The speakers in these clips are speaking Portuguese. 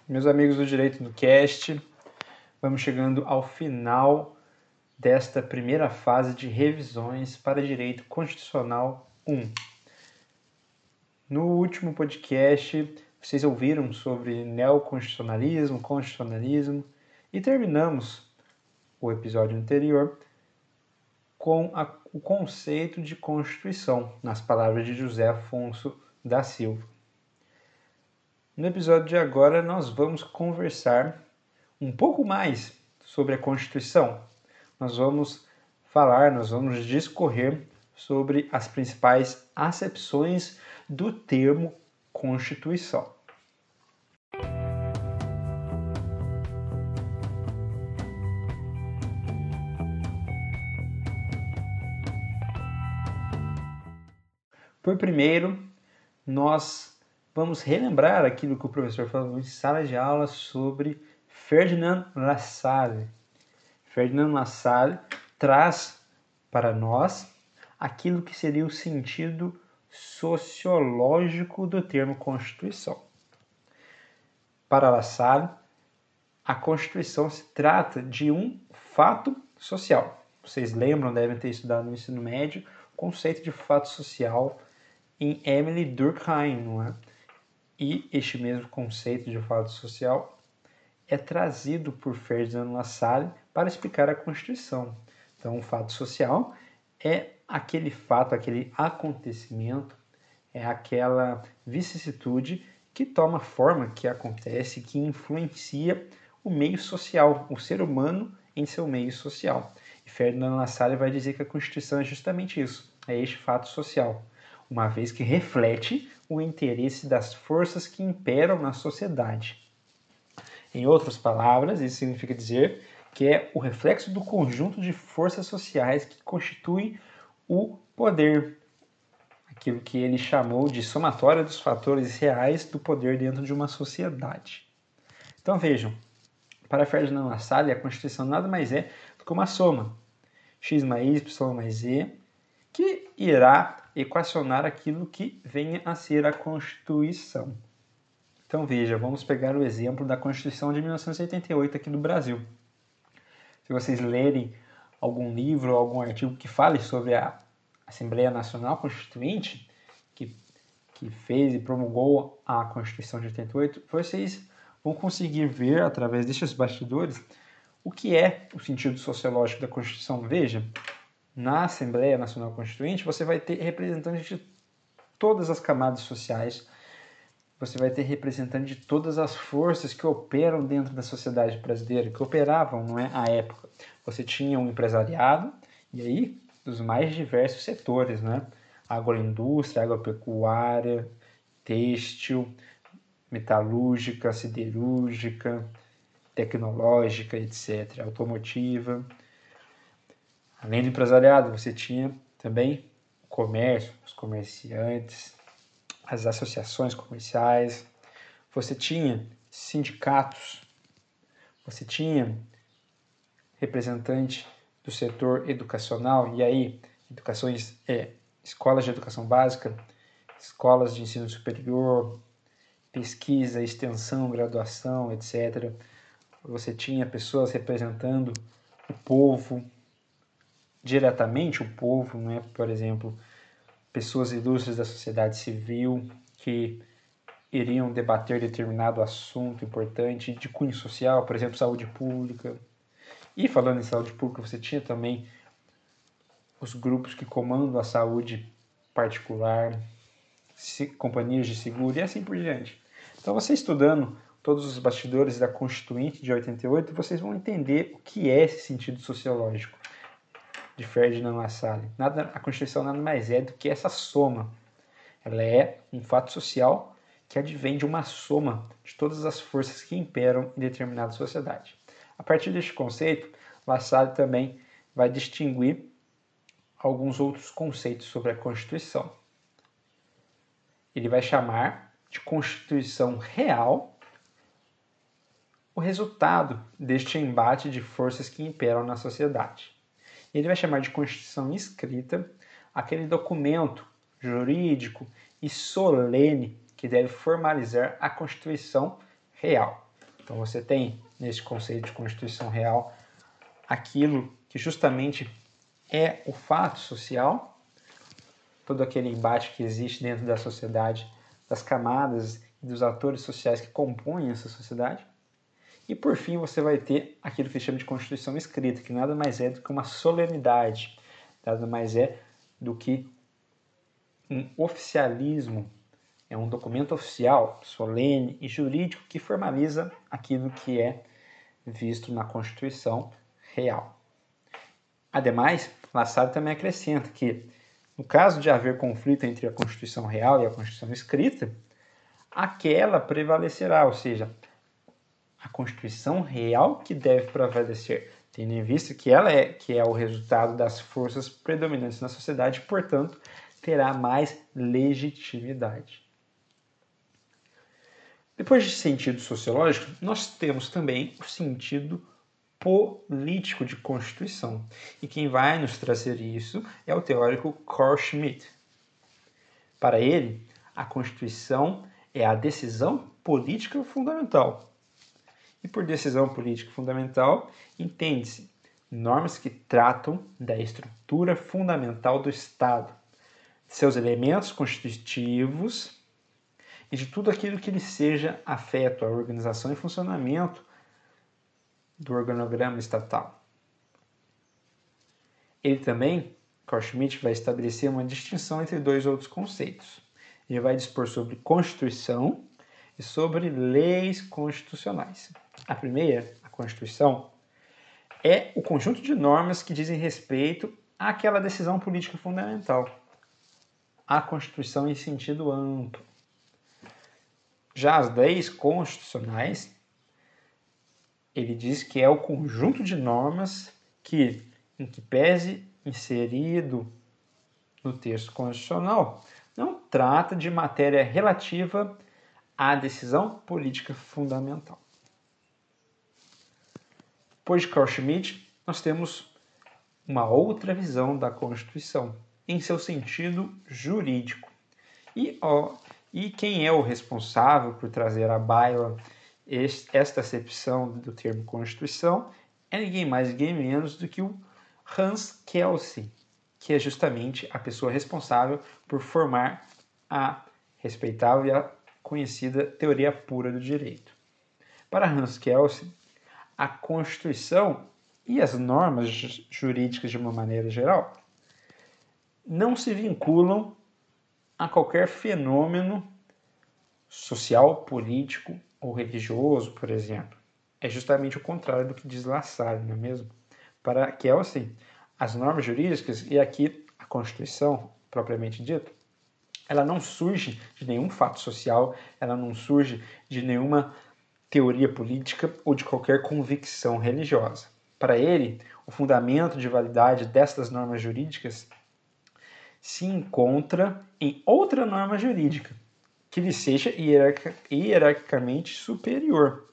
Meus amigos do Direito do Cast, vamos chegando ao final desta primeira fase de revisões para Direito Constitucional 1. No último podcast, vocês ouviram sobre neoconstitucionalismo, constitucionalismo e terminamos o episódio anterior com o conceito de Constituição, nas palavras de José Afonso da Silva. No episódio de agora, nós vamos conversar um pouco mais sobre a Constituição. Nós vamos discorrer sobre as principais acepções do termo Constituição. Por primeiro, nós vamos relembrar aquilo que o professor falou em sala de aula sobre Ferdinand Lassalle. Ferdinand Lassalle traz para nós aquilo que seria o sentido sociológico do termo Constituição. Para Lassalle, a Constituição se trata de um fato social. Vocês lembram, devem ter estudado no ensino médio, o conceito de fato social em Emile Durkheim, não é? E este mesmo conceito de fato social é trazido por Ferdinand Lassalle para explicar a Constituição. Então, o fato social é aquele fato, aquele acontecimento, é aquela vicissitude que toma forma, que acontece, que influencia o meio social, o ser humano em seu meio social. E Ferdinand Lassalle vai dizer que a Constituição é justamente isso, é este fato social, uma vez que reflete o interesse das forças que imperam na sociedade. Em outras palavras, isso significa dizer que é o reflexo do conjunto de forças sociais que constitui o poder, aquilo que ele chamou de somatória dos fatores reais do poder dentro de uma sociedade. Então vejam, para Ferdinand Lassalle, a Constituição nada mais é do que uma soma, x mais y mais z, que irá equacionar aquilo que venha a ser a Constituição. Então veja, vamos pegar o exemplo da Constituição de 1988 aqui do Brasil. Se vocês lerem algum livro ou algum artigo que fale sobre a Assembleia Nacional Constituinte, que fez e promulgou a Constituição de 88, vocês vão conseguir ver, através destes bastidores, o que é o sentido sociológico da Constituição. Veja, na Assembleia Nacional Constituinte, você vai ter representantes de todas as camadas sociais, você vai ter representantes de todas as forças que operam dentro da sociedade brasileira, que operavam, não é, à época. Você tinha um empresariado, e aí, dos mais diversos setores, né? Agroindústria, agropecuária, têxtil, metalúrgica, siderúrgica, tecnológica, etc., automotiva. Além do empresariado, você tinha também o comércio, os comerciantes, as associações comerciais, você tinha sindicatos, você tinha representante do setor educacional, e aí escolas de educação básica, escolas de ensino superior, pesquisa, extensão, graduação, etc. Você tinha pessoas representando o povo, diretamente o povo, né? Por exemplo, pessoas ilustres da sociedade civil que iriam debater determinado assunto importante de cunho social, por exemplo, saúde pública. E falando em saúde pública, você tinha também os grupos que comandam a saúde particular, companhias de seguro e assim por diante. Então, você estudando todos os bastidores da Constituinte de 88, vocês vão entender o que é esse sentido sociológico de Ferdinand Lassalle. A Constituição nada mais é do que essa soma. Ela é um fato social que advém de uma soma de todas as forças que imperam em determinada sociedade. A partir deste conceito, Lassalle também vai distinguir alguns outros conceitos sobre a Constituição. Ele vai chamar de Constituição real o resultado deste embate de forças que imperam na sociedade. Ele vai chamar de Constituição escrita aquele documento jurídico e solene que deve formalizar a Constituição real. Então você tem, nesse conceito de Constituição Real, aquilo que justamente é o fato social, todo aquele embate que existe dentro da sociedade, das camadas e dos atores sociais que compõem essa sociedade. E por fim você vai ter aquilo que se chama de Constituição Escrita, que nada mais é do que uma solenidade, nada mais é do que um oficialismo, é um documento oficial, solene e jurídico que formaliza aquilo que é visto na Constituição Real. Ademais, Lassalle também acrescenta que, no caso de haver conflito entre a Constituição Real e a Constituição Escrita, aquela prevalecerá, ou seja, a Constituição Real que deve prevalecer, tendo em vista que ela é o resultado das forças predominantes na sociedade e, portanto, terá mais legitimidade. Depois de sentido sociológico, nós temos também o sentido político de Constituição. E quem vai nos trazer isso é o teórico Carl Schmitt. Para ele, a Constituição é a decisão política fundamental. E por decisão política fundamental, entende-se normas que tratam da estrutura fundamental do Estado, de seus elementos constitutivos e de tudo aquilo que lhe seja afeto à organização e funcionamento do organograma estatal. Ele também, Carl Schmitt, vai estabelecer uma distinção entre dois outros conceitos. Ele vai dispor sobre Constituição e sobre leis constitucionais. A primeira, a Constituição, é o conjunto de normas que dizem respeito àquela decisão política fundamental. A Constituição em sentido amplo. Já as leis constitucionais, ele diz que é o conjunto de normas que, em que pese inserido no texto constitucional, não trata de matéria relativa à decisão política fundamental. Depois de Carl Schmitt, nós temos uma outra visão da Constituição, em seu sentido jurídico. E quem é o responsável por trazer à baila esta acepção do termo Constituição é ninguém mais, ninguém menos do que o Hans Kelsen, que é justamente a pessoa responsável por formar a respeitável e a conhecida teoria pura do direito. Para Hans Kelsen, a Constituição e as normas jurídicas de uma maneira geral não se vinculam a qualquer fenômeno social, político ou religioso, por exemplo. É justamente o contrário do que diz Lassalle, não é mesmo? Para Kelsen, as normas jurídicas, e aqui a Constituição, propriamente dita, ela não surge de nenhum fato social, ela não surge de nenhuma teoria política ou de qualquer convicção religiosa. Para ele, o fundamento de validade destas normas jurídicas se encontra em outra norma jurídica, que lhe seja hierarquicamente superior,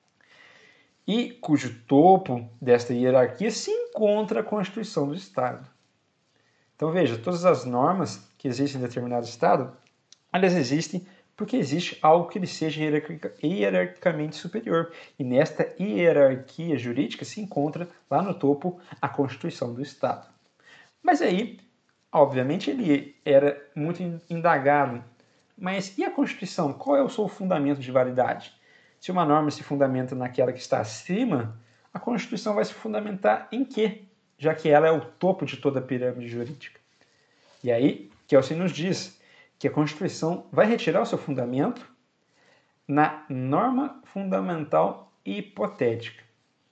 e cujo topo desta hierarquia se encontra a Constituição do Estado. Então veja, todas as normas que existem em determinado Estado, elas existem porque existe algo que lhe seja hierarquicamente superior. E nesta hierarquia jurídica se encontra lá no topo a Constituição do Estado. Mas aí, obviamente, ele era muito indagado. Mas e a Constituição? Qual é o seu fundamento de validade? Se uma norma se fundamenta naquela que está acima, a Constituição vai se fundamentar em quê? Já que ela é o topo de toda a pirâmide jurídica. E aí, Kelsen nos diz que a Constituição vai retirar o seu fundamento na norma fundamental hipotética.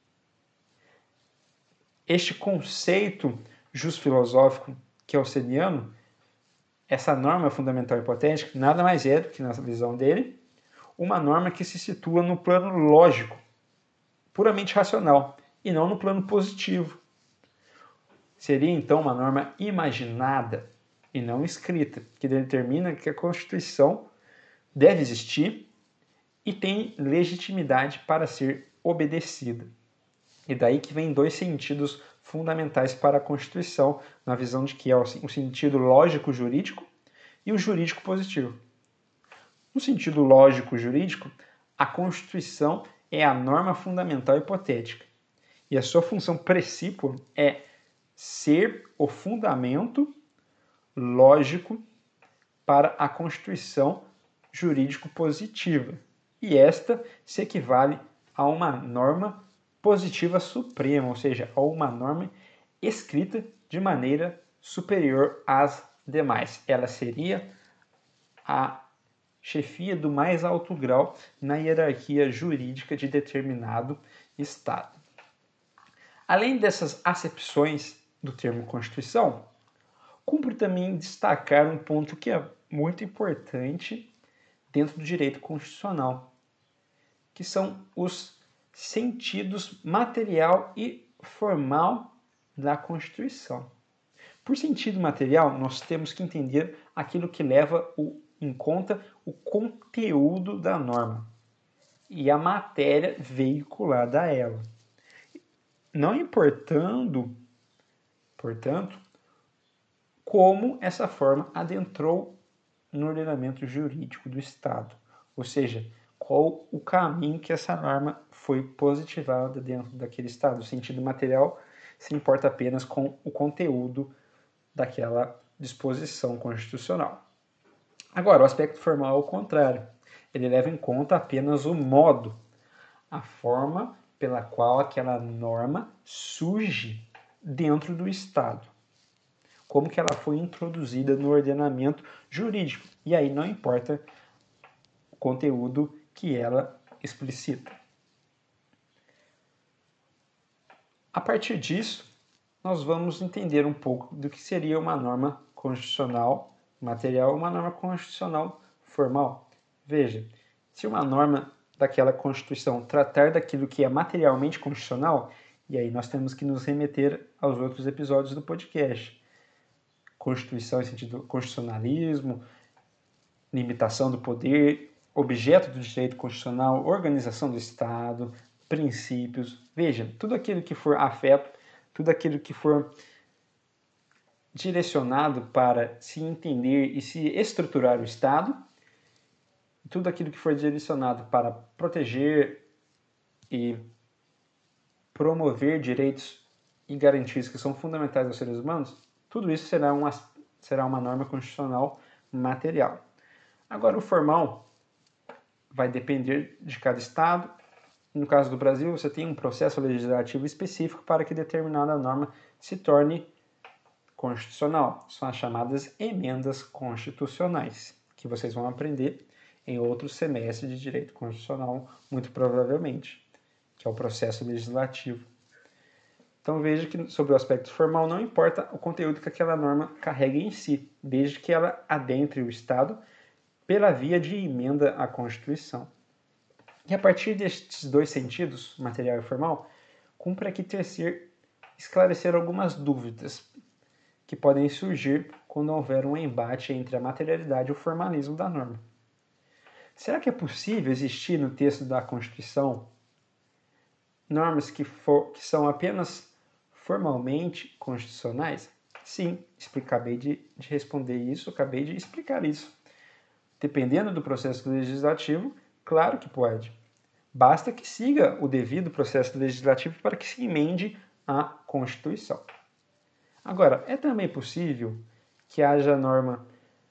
Este conceito jusfilosófico kelseniano, essa norma fundamental hipotética, nada mais é do que, na visão dele, uma norma que se situa no plano lógico, puramente racional, e não no plano positivo. Seria, então, uma norma imaginada e não escrita, que determina que a Constituição deve existir e tem legitimidade para ser obedecida. E daí que vem dois sentidos fundamentais para a Constituição, na visão de Kelsen, o sentido lógico-jurídico e o jurídico-positivo. No sentido lógico-jurídico, a Constituição é a norma fundamental hipotética. E a sua função precípua é ser o fundamento lógico para a constituição jurídico-positiva. E esta se equivale a uma norma positiva suprema, ou seja, a uma norma escrita de maneira superior às demais. Ela seria a chefia do mais alto grau na hierarquia jurídica de determinado Estado. Além dessas acepções do termo Constituição, cumpre também destacar um ponto que é muito importante dentro do direito constitucional, que são os sentidos material e formal da Constituição. Por sentido material, nós temos que entender aquilo que leva em conta o conteúdo da norma e a matéria veiculada a ela. Não importando, portanto, como essa forma adentrou no ordenamento jurídico do Estado, ou seja, qual o caminho que essa norma foi positivada dentro daquele Estado. O sentido material se importa apenas com o conteúdo daquela disposição constitucional. Agora, o aspecto formal é o contrário. Ele leva em conta apenas o modo, a forma pela qual aquela norma surge dentro do Estado. Como que ela foi introduzida no ordenamento jurídico. E aí não importa o conteúdo que ela explicita. A partir disso, nós vamos entender um pouco do que seria uma norma constitucional material e uma norma constitucional formal. Veja, se uma norma daquela Constituição tratar daquilo que é materialmente constitucional, e aí nós temos que nos remeter aos outros episódios do podcast. Constituição em sentido constitucionalismo, limitação do poder, objeto do direito constitucional, organização do Estado, princípios. Veja, tudo aquilo que for afeto, tudo aquilo que for direcionado para se entender e se estruturar o Estado, tudo aquilo que for direcionado para proteger e promover direitos e garantias que são fundamentais aos seres humanos, tudo isso será uma norma constitucional material. Agora, o formal vai depender de cada Estado. No caso do Brasil, você tem um processo legislativo específico para que determinada norma se torne constitucional. São as chamadas emendas constitucionais, que vocês vão aprender em outro semestre de direito constitucional, muito provavelmente, que é o processo legislativo. Então veja que sobre o aspecto formal não importa o conteúdo que aquela norma carregue em si, desde que ela adentre o Estado pela via de emenda à Constituição. E a partir destes dois sentidos, material e formal, cumpre aqui esclarecer algumas dúvidas que podem surgir quando houver um embate entre a materialidade e o formalismo da norma. Será que é possível existir no texto da Constituição normas que são apenas formalmente constitucionais? Sim, acabei de responder isso, acabei de explicar isso. Dependendo do processo legislativo, claro que pode. Basta que siga o devido processo legislativo para que se emende a Constituição. Agora, é também possível que haja norma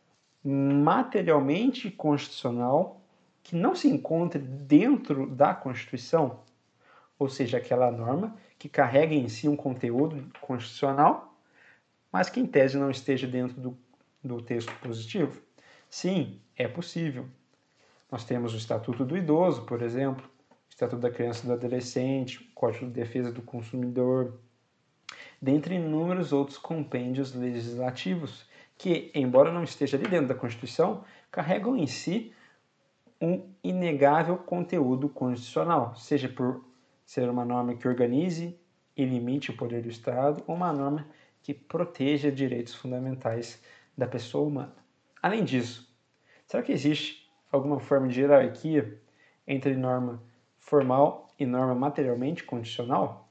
materialmente constitucional que não se encontre dentro da Constituição, ou seja, aquela norma que carrega em si um conteúdo constitucional, mas que em tese não esteja dentro do texto positivo? Sim, é possível. Nós temos o Estatuto do Idoso, por exemplo, o Estatuto da Criança e do Adolescente, o Código de Defesa do Consumidor, dentre inúmeros outros compêndios legislativos que, embora não esteja ali dentro da Constituição, carregam em si um inegável conteúdo constitucional, seja por ser uma norma que organize e limite o poder do Estado ou uma norma que proteja direitos fundamentais da pessoa humana. Além disso, será que existe alguma forma de hierarquia entre norma formal e norma materialmente constitucional?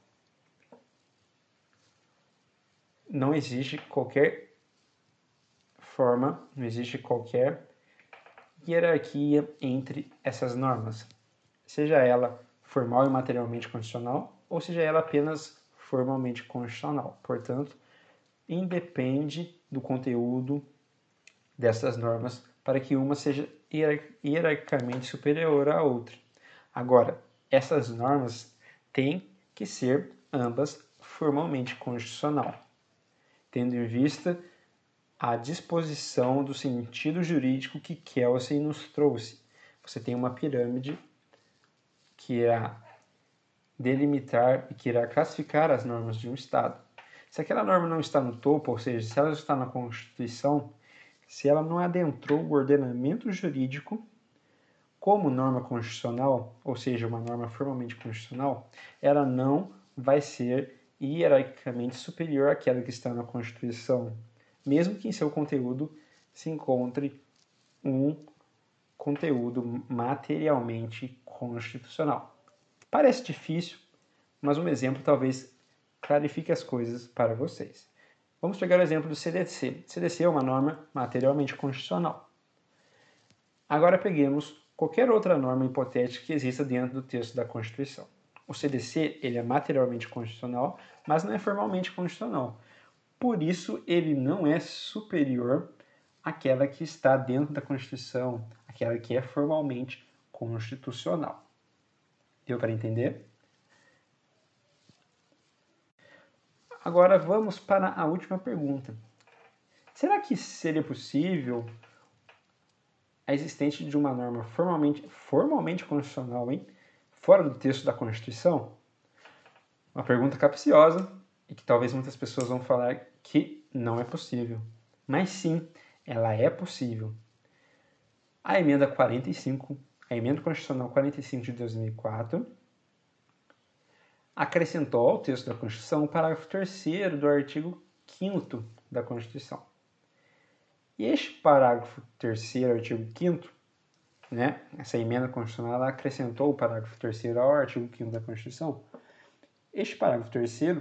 Não existe qualquer forma, não existe qualquer hierarquia entre essas normas, seja ela formal e materialmente constitucional, ou seja ela apenas formalmente constitucional. Portanto, independe do conteúdo dessas normas para que uma seja hierarquicamente superior à outra. Agora, essas normas têm que ser ambas formalmente constitucional, tendo em vista a disposição do sentido jurídico que Kelsen nos trouxe. Você tem uma pirâmide que irá delimitar e que irá classificar as normas de um Estado. Se aquela norma não está no topo, ou seja, se ela está na Constituição, se ela não adentrou o ordenamento jurídico como norma constitucional, ou seja, uma norma formalmente constitucional, ela não vai ser hierarquicamente superior àquela que está na Constituição, mesmo que em seu conteúdo se encontre um conteúdo materialmente constitucional. Parece difícil, mas um exemplo talvez clarifique as coisas para vocês. Vamos pegar o exemplo do CDC. CDC é uma norma materialmente constitucional. Agora peguemos qualquer outra norma hipotética que exista dentro do texto da Constituição. O CDC ele é materialmente constitucional, mas não é formalmente constitucional. Por isso, ele não é superior àquela que está dentro da Constituição, aquela que é formalmente constitucional. Deu para entender? Agora vamos para a última pergunta. Será que seria possível a existência de uma norma formalmente constitucional, fora do texto da Constituição? Uma pergunta capciosa e que talvez muitas pessoas vão falar que não é possível. Mas sim, ela é possível. A emenda 45, a emenda constitucional 45 de 2004, acrescentou ao texto da Constituição o parágrafo 3º do artigo 5º da Constituição. E este parágrafo 3º, artigo 5º, essa emenda constitucional ela acrescentou o parágrafo 3º ao artigo 5º da Constituição. Este parágrafo 3º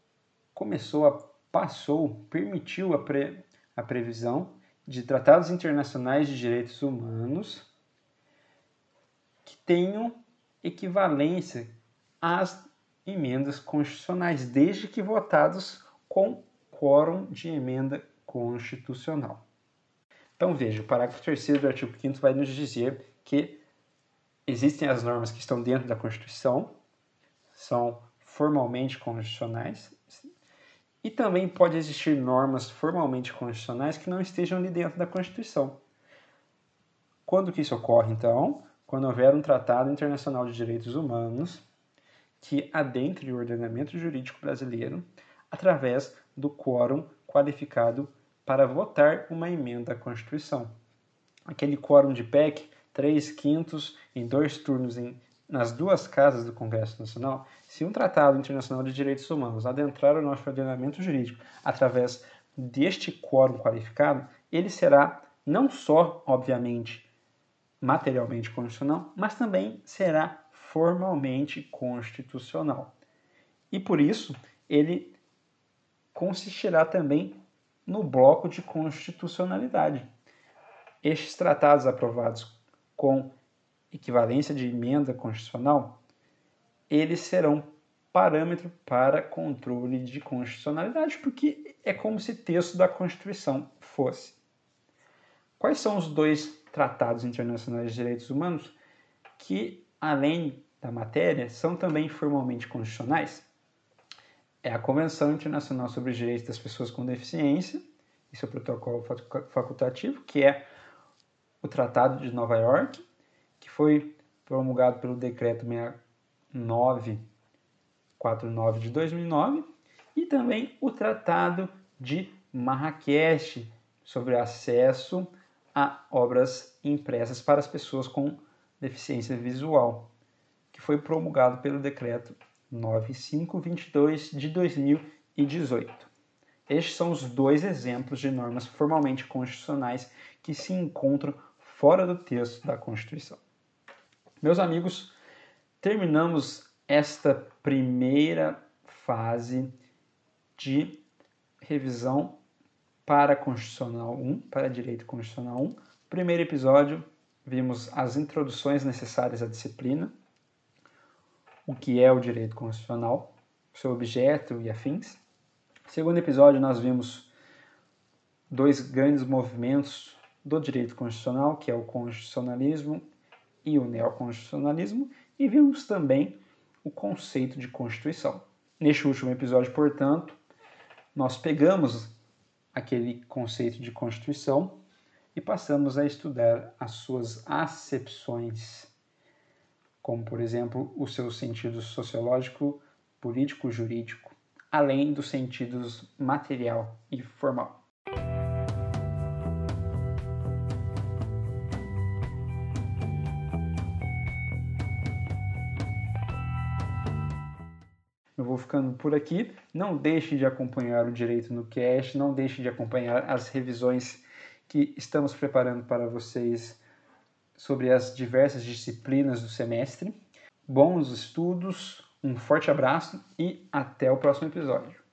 permitiu a previsão de tratados internacionais de direitos humanos que tenham equivalência às emendas constitucionais, desde que votados com quórum de emenda constitucional. Então veja, o parágrafo 3º do artigo 5º vai nos dizer que existem as normas que estão dentro da Constituição, são formalmente constitucionais, e também pode existir normas formalmente constitucionais que não estejam ali dentro da Constituição. Quando que isso ocorre, então? Quando houver um tratado internacional de direitos humanos que adentre o ordenamento jurídico brasileiro através do quórum qualificado para votar uma emenda à Constituição. Aquele quórum de PEC, 3/5 em 2 turnos nas 2 casas do Congresso Nacional, se um tratado internacional de direitos humanos adentrar o nosso ordenamento jurídico através deste quórum qualificado, ele será não só, obviamente, materialmente constitucional, mas também será formalmente constitucional. E por isso, ele consistirá também no bloco de constitucionalidade. Estes tratados aprovados com equivalência de emenda constitucional, eles serão parâmetro para controle de constitucionalidade, porque é como se texto da Constituição fosse. Quais são os 2 tratados internacionais de direitos humanos que, além da matéria, são também formalmente constitucionais? É a Convenção Internacional sobre os Direitos das Pessoas com Deficiência, e seu protocolo facultativo, que é o Tratado de Nova York, que foi promulgado pelo Decreto 6949 de 2009, e também o Tratado de Marrakech, sobre acesso a obras impressas para as pessoas com deficiência visual, que foi promulgado pelo Decreto 9522 de 2018. Estes são os 2 exemplos de normas formalmente constitucionais que se encontram fora do texto da Constituição. Meus amigos, terminamos esta primeira fase de revisão para Constitucional 1, para Direito Constitucional 1. Primeiro episódio, vimos as introduções necessárias à disciplina. o que é o direito constitucional, seu objeto e afins. No segundo episódio, nós vimos dois grandes movimentos do direito constitucional, que é o constitucionalismo e o neoconstitucionalismo, e vimos também o conceito de Constituição. Neste último episódio, portanto, nós pegamos aquele conceito de Constituição e passamos a estudar as suas acepções, como, por exemplo, o seu sentido sociológico, político, jurídico, além dos sentidos material e formal. Eu vou ficando por aqui. Não deixe de acompanhar o Direito no Cast, não deixe de acompanhar as revisões que estamos preparando para vocês sobre as diversas disciplinas do semestre. Bons estudos, um forte abraço e até o próximo episódio.